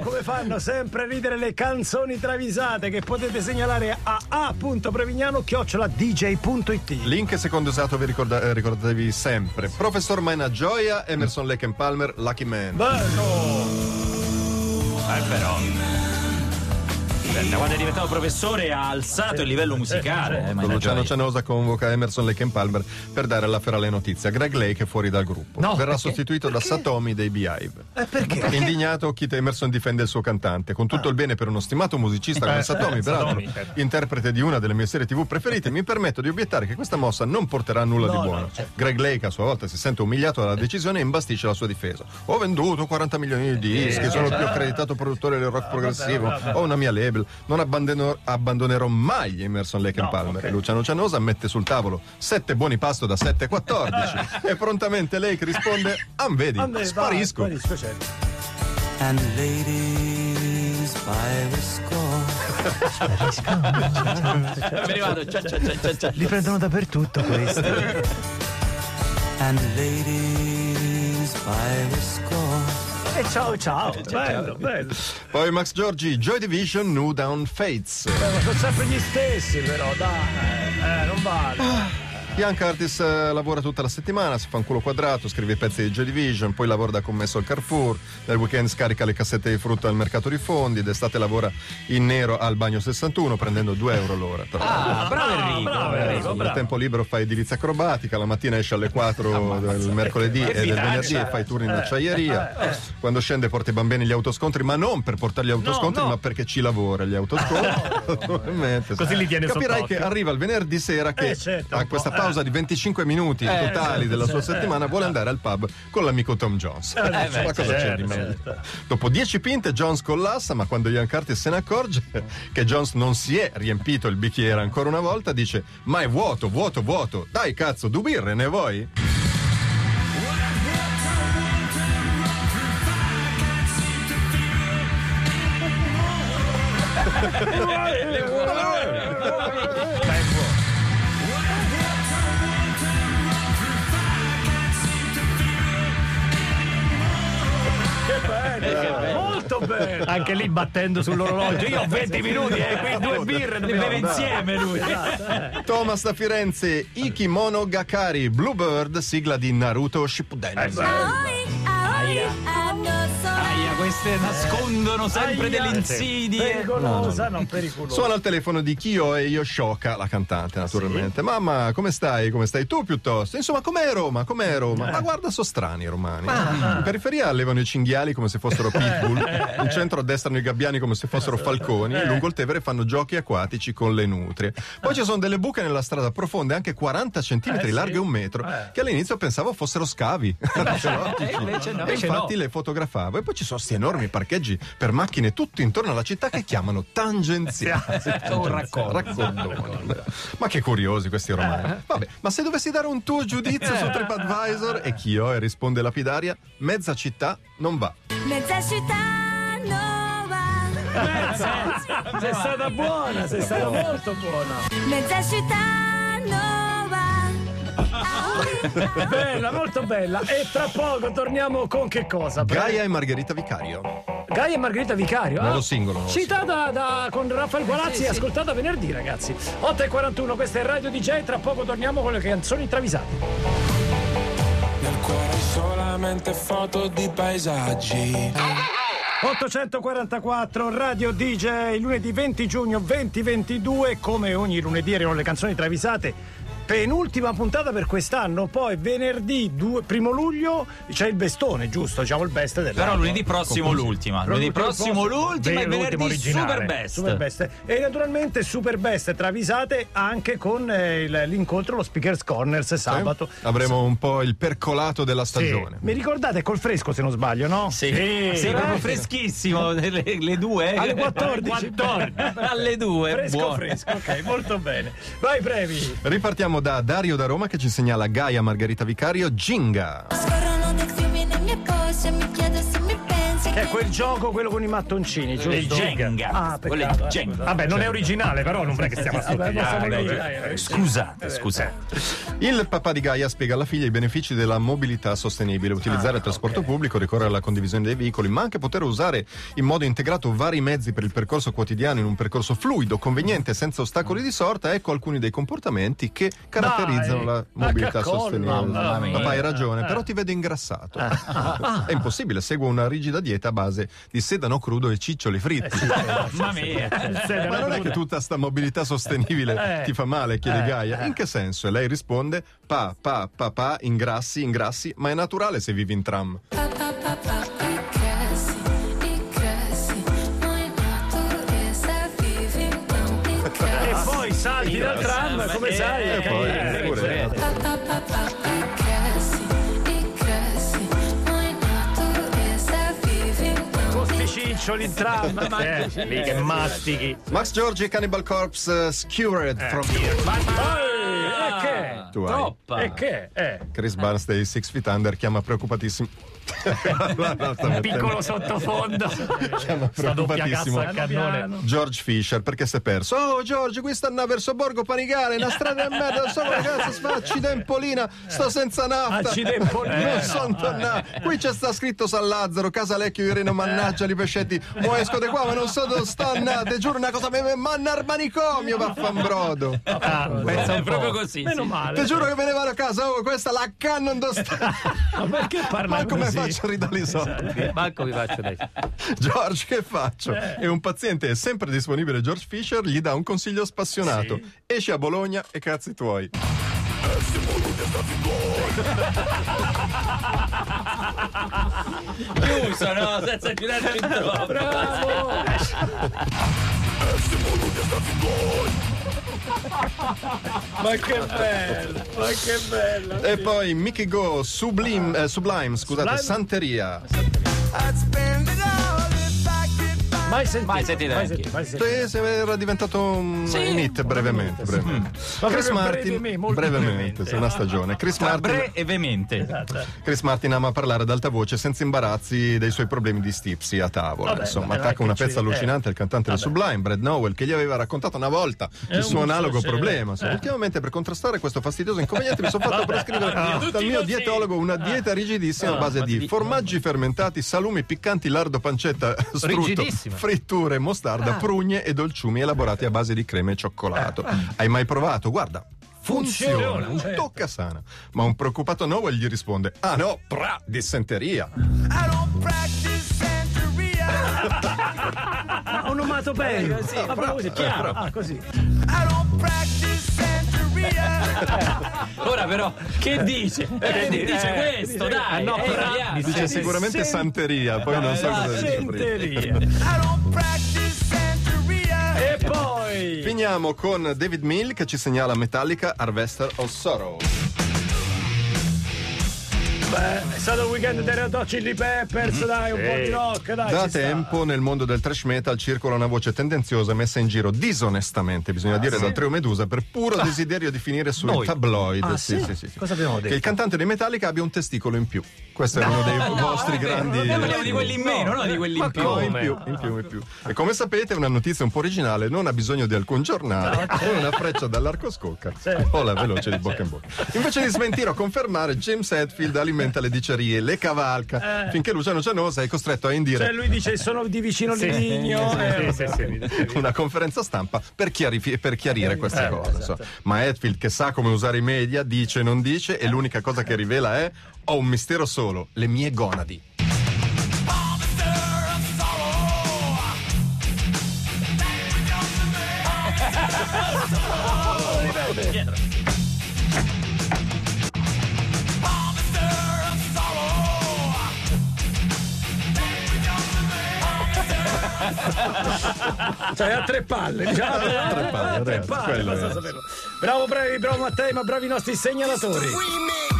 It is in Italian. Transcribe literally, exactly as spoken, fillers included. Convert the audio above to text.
come fanno sempre a ridere le canzoni travisate che potete segnalare a a.prevignano chiocciola dj.it. Link secondo usato, vi ricorda- eh, ricordatevi sempre Professor Maina Gioia, Emerson Lake and Palmer, Lucky Man. Bello! Eh però da quando è diventato professore ha alzato il livello musicale. Eh, Luciano Cianosa convoca Emerson Lake and Palmer per dare alla Ferrale notizia. Greg Lake è fuori dal gruppo. No, verrà perché? sostituito Perché? da Satomi dei Beehive. Eh, perché? Indignato, Kit Emerson difende il suo cantante. Con tutto Ah. il bene per uno stimato musicista come Eh, Satomi, eh, peraltro Satomi, certo. interprete di una delle mie serie tivù preferite, mi permetto di obiettare che questa mossa non porterà a nulla No, di no, buono. certo. Greg Lake a sua volta si sente umiliato dalla decisione e imbastisce la sua difesa. Ho venduto quaranta milioni di dischi, sono il più accreditato produttore del rock progressivo, vabbè, vabbè. ho una mia label, non abbandono- abbandonerò mai Emerson Lake and No, Palmer. ok. Luciano Cianosa mette sul tavolo sette buoni pasto da sette a quattordici e prontamente Lake risponde: "Am vedi, Ah, beh, sparisco". vai, sparisco, certo. And ladies by the score. Me ne vado. Cia, cia, cia, cia, cia. Li prendono dappertutto questi. And ladies by the score. E ciao ciao. Bello, bello. Poi Max Giorgi, Joy Division, New Down Fates. Eh, ma sono sempre gli stessi però, dai. Eh, non vale. Ian Curtis eh, lavora tutta la settimana, si fa un culo quadrato, scrive i pezzi di Joy Division, poi lavora da commesso al Carrefour, nel weekend scarica le cassette di frutta al mercato di fondi, d'estate lavora in nero al bagno sessantuno prendendo due euro l'ora. Tra Ah, bravo Enrico. bravo, Enrico, Nel bravo. tempo libero fa edilizia acrobatica, la mattina esce alle quattro del mercoledì che e del minaccia. venerdì e fa i turni in acciaieria. Quando scende porta i bambini agli autoscontri, ma non per portarli agli autoscontri, no. ma perché ci lavora agli autoscontri. Naturalmente. Così li tiene Capirai sott'occhio. che arriva il venerdì sera che Eh, certo, a un questa po', pausa eh. di venticinque minuti Eh, totali certo, della sua certo. settimana vuole andare al pub con l'amico Tom Jones. Eh, Ma beh, cosa c'è certo, di meglio? certo. Dopo dieci pinte Jones collassa, ma quando Ian Curtis se ne accorge che Jones non si è riempito il bicchiere ancora una volta, dice: "Ma è vuoto, vuoto, vuoto. Dai cazzo, due birre ne vuoi?" Molto bene. Anche lì battendo sull'orologio. Io ho venti minuti e qui due birre Le dobbiamo beve andare. insieme lui. Thomas da Firenze, Ikimono Gakari, Bluebird, sigla di Naruto Shippuden. Aia, queste nascondono sempre Aia. delle insidie. Pericolosa, non pericolosa. Suona al telefono di Kyo e Yoshoka, la cantante naturalmente. Mamma, come stai? Come stai tu piuttosto? Insomma, com'è Roma? Com'è Roma? Ma guarda, sono strani i romani. In periferia allevano i cinghiali come se fossero pitbull, in centro addestrano i gabbiani come se fossero falconi, e lungo il Tevere fanno giochi acquatici con le nutrie. Poi ci sono delle buche nella strada profonde, anche quaranta centimetri Eh, sì. larghe e un metro, Eh. che all'inizio pensavo fossero scavi. Eh, invece no. E Invece infatti no. le fotografavo. E poi ci sono questi enormi parcheggi per macchine tutto intorno alla città che chiamano tangenziali. Un racconto. Raccordoni. Ma che curiosi questi romani. Vabbè, ma se dovessi dare un tuo giudizio su TripAdvisor, e Chio e risponde lapidaria: mezza città non va. Mezza città nuova. Sei stata buona, sei stata molto buona. Mezza città nuova. Bella, molto bella. E tra poco torniamo con che cosa? Gaia e Margherita Vicario. Gaia e Margherita Vicario. Nuovo ah, singolo, nuovo Citata da, con Raffaele Gualazzi, ascoltata venerdì, ragazzi. otto e quarantuno, questa è Radio D J. Tra poco torniamo con le canzoni travisate. Nel cuore solamente foto di paesaggi. ottocentoquarantaquattro Radio D J, lunedì venti giugno duemilaventidue, come ogni lunedì erano le canzoni travisate. Penultima puntata per quest'anno, poi venerdì due, primo luglio c'è il bestone, giusto? Diciamo il best dell'anno. Però lunedì prossimo l'ultima. Lunedì prossimo l'ultima e l'ultimo venerdì originale, super best. super best. E naturalmente super best travisate anche con eh, il- l'incontro, lo Speakers Corners sabato. Avremo un po' il percolato della stagione. Mi ricordate col fresco se non sbaglio, no? Sì, sì, proprio freschissimo. Le, le due Alle quattordici. Alle due. Fresco buono. fresco, ok, molto bene. Vai Previ. Ripartiamo da Dario da Roma che ci segnala Gaia Margherita Vicario, Ginga. Scorrono dei fiumi nei miei posti e mi chiedo se mi pensi Che è quel gioco, quello con i mattoncini, giusto? Il Jenga. Ah, Quello è peccato. Jenga. Vabbè, non è originale, però non è che stiamo a Vabbè, studiare. possiamo dire. Scusate, scusate. Il papà di Gaia spiega alla figlia i benefici della mobilità sostenibile, utilizzare il trasporto pubblico, ricorrere alla condivisione dei veicoli, ma anche poter usare in modo integrato vari mezzi per il percorso quotidiano in un percorso fluido, conveniente, senza ostacoli di sorta. Ecco alcuni dei comportamenti che caratterizzano Dai, la mobilità ma che collo, sostenibile. mamma mia. Papà, hai ragione, però ti vedo ingrassato. È impossibile, seguo una rigida dieta a base di sedano crudo e ciccioli fritti. Mamma mia. Ma non è che tutta sta mobilità sostenibile ti fa male, chiede Gaia. In che senso? E lei risponde: pa, pa, pa, pa, ingrassi, ingrassi, ma è naturale se vivi in tram. E poi salti dal tram, come sai? E poi, Eh, pure- Costi ciccioli in tram, ma Eh, lì che mastichi. Max Giorgi, Cannibal Corpse, uh, Skewered from Here. e che? Tu hai. Troppa. E che? Eh. Chris Barnes dei Six Feet Under chiama preoccupatissimo. Un piccolo sottofondo. Chiama Sta doppia preoccupatissimo cassa a cannone. George Fisher perché si è perso. Oh George, qui sta andando verso Borgo Panigale, una strada di merda, non so come cazzo si fa, accidempolina, sto senza nafta. Accidempolina. Non sono tornato. Qui c'è sta scritto San Lazzaro, Casa Lecchio di Reno, mannaggia li pescetti. Mo esco di qua, ma non so dove sto andando. Te giuro una cosa, me manna al manicomio, vaffambrodo. Ah, pensa È un proprio po'. così. Meno sì. male. Te giuro che me ne vado a casa, oh, questa la canno in sta. Ma perché parla Ma come così? faccio a ridare i soldi? Manco vi faccio dai. George, che faccio? E un paziente è sempre disponibile, George Fisher, gli dà un consiglio spassionato. Esci a Bologna e cazzi tuoi. Chiuso, no? Senza girarci troppo. Bravo! Ma che bello, ma che bello. E poi Mickey Go, Sublime, eh, Sublime, scusate, Sublime? Santeria. Mai sentito? Mai sentito mai anche. sentito, mai sentito. Sì, sì, era diventato un Sì, hit brevemente, brevemente. Ma Chris proprio Martin, brevemente, molto brevemente, brevemente. sì, una stagione. Chris Tra Martin, bre e veemente. Chris Martin ama parlare ad alta voce senza imbarazzi dei suoi problemi di stipsi a tavola. Vabbè, Insomma, vabbè, attacca non una è che pezza ci- allucinante eh. al cantante del Sublime, Brad Nowell, che gli aveva raccontato una volta il suo un analogo suo- problema. Insomma, eh. ultimamente, per contrastare questo fastidioso inconveniente, mi sono fatto prescrivere tutti dal mio così. dietologo una dieta rigidissima a base di formaggi fermentati, salumi piccanti, lardo, pancetta, strutto, Rigidissima. fritture, mostarda, prugne e dolciumi elaborati a base di crema e cioccolato. Hai mai provato? Guarda. Funziona, Funziona, un certo. tocca sana. Ma un preoccupato Nowell gli risponde: ah no, pra, dissenteria. Ha onomato bene. Così, Ah, proprio così, chiaro. Ah, così. Ora però, che dice? Eh, dice questo, dai. no, è però italiano. Dice Sì, sicuramente sen- santeria, poi non so cosa dice prima. Senteria. E poi Finiamo con David Mill che ci segnala Metallica, Harvester of Sorrow. beh, è stato il weekend dei Red Hot Chili Peppers, dai, un po' di rock, dai. Da ci sta. tempo nel mondo del thrash metal circola una voce tendenziosa messa in giro disonestamente, bisogna dire, dal trio Medusa per puro desiderio di finire sui Noi. tabloid. Ah, sì, sì? sì, sì, sì. Cosa abbiamo Che detto? il cantante dei Metallica abbia un testicolo in più. Questo è uno dei vostri grandi. Noi parliamo di quelli in meno, no di quelli in più. No, in più, in più, in più. E come sapete, una notizia un po' originale non ha bisogno di alcun giornale, con una freccia dall'arco scocca o la veloce di bocca in bocca. Invece di smentire o confermare, James Hetfield alimenta le dicerie, le cavalca, finché Luciano Cianosa è costretto a indire Cioè lui dice sono di vicino Livigno. eh, Sì, sì, sì. una conferenza stampa per, chiarifi- per chiarire queste cose. so. Ma Hetfield, che sa come usare i media, dice non dice, e l'unica cosa che rivela è: ho un mistero solo, le mie gonadi. Cioè a tre palle, diciamo. A tre palle, a tre ragazzi, palle, quello basta è. saperlo. Bravo, bravi, bravo Mattei, ma bravi i nostri segnalatori. Remix.